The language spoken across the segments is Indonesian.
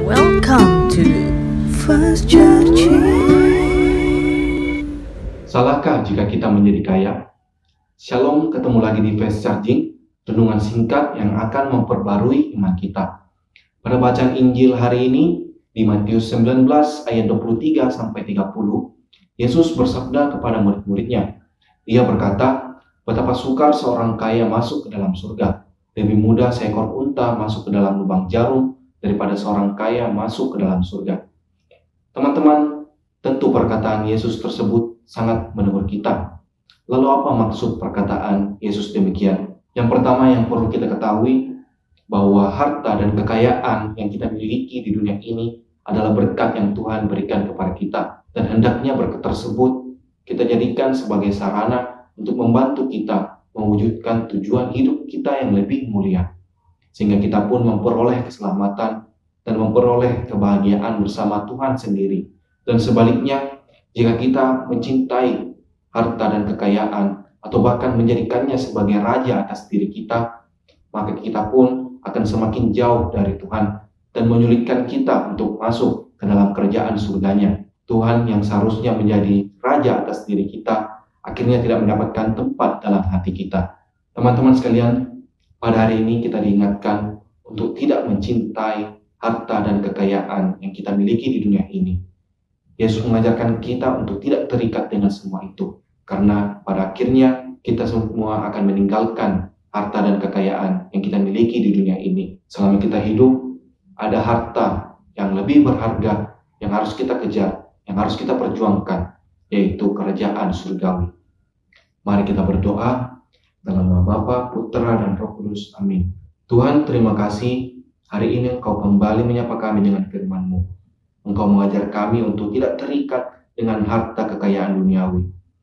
Welcome to First Church. Salahkah jika kita menjadi kaya? Shalom, ketemu lagi di Fast Charging, renungan singkat yang akan memperbarui iman kita. Pada bacaan Injil hari ini, di Matius 19 ayat 23 sampai 30, Yesus bersabda kepada murid-muridnya. Ia berkata, betapa sukar seorang kaya masuk ke dalam surga. Lebih mudah seekor unta masuk ke dalam lubang jarum daripada seorang kaya masuk ke dalam surga. Teman-teman, tentu perkataan Yesus tersebut sangat menegur kita. Lalu apa maksud perkataan Yesus demikian? Yang pertama yang perlu kita ketahui, bahwa harta dan kekayaan yang kita miliki di dunia ini adalah berkat yang Tuhan berikan kepada kita. Dan hendaknya berkat tersebut kita jadikan sebagai sarana untuk membantu kita mewujudkan tujuan hidup kita yang lebih mulia. Sehingga kita pun memperoleh keselamatan dan memperoleh kebahagiaan bersama Tuhan sendiri. Dan sebaliknya, jika kita mencintai harta dan kekayaan atau bahkan menjadikannya sebagai raja atas diri kita, maka kita pun akan semakin jauh dari Tuhan dan menyulitkan kita untuk masuk ke dalam kerajaan surganya. Tuhan yang seharusnya menjadi raja atas diri kita akhirnya tidak mendapatkan tempat dalam hati kita. Teman-teman sekalian, pada hari ini kita diingatkan untuk tidak mencintai harta dan kekayaan yang kita miliki di dunia ini. Yesus mengajarkan kita untuk tidak terikat dengan semua itu. Karena pada akhirnya kita semua akan meninggalkan harta dan kekayaan yang kita miliki di dunia ini. Selama kita hidup, ada harta yang lebih berharga yang harus kita kejar, yang harus kita perjuangkan, yaitu kerajaan surgawi. Mari kita berdoa. Dalam nama Bapa, Putra, dan Roh Kudus. Amin. Tuhan, terima kasih hari ini Engkau kembali menyapa kami dengan firman-Mu. Engkau mengajar kami untuk tidak terikat dengan harta kekayaan duniawi.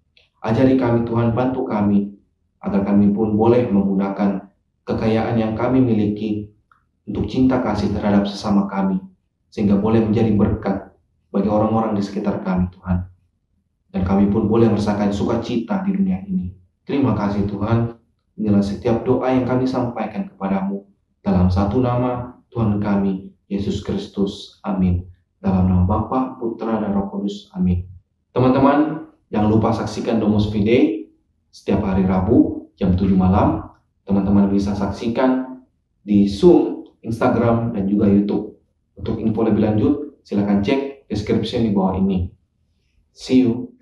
Ajari kami Tuhan, bantu kami, agar kami pun boleh menggunakan kekayaan yang kami miliki untuk cinta kasih terhadap sesama kami, sehingga boleh menjadi berkat bagi orang-orang di sekitar kami, Tuhan. Dan kami pun boleh merasakan sukacita di dunia ini. Terima kasih Tuhan, inilah setiap doa yang kami sampaikan kepadamu. Dalam satu nama Tuhan kami, Yesus Kristus. Amin. Dalam nama Bapa, Putra, dan Roh Kudus. Amin. Teman-teman, jangan lupa saksikan Domus Fidei setiap hari Rabu jam 7 malam. Teman-teman bisa saksikan di Zoom, Instagram, dan juga YouTube. Untuk info lebih lanjut, silakan cek deskripsi di bawah ini. See you.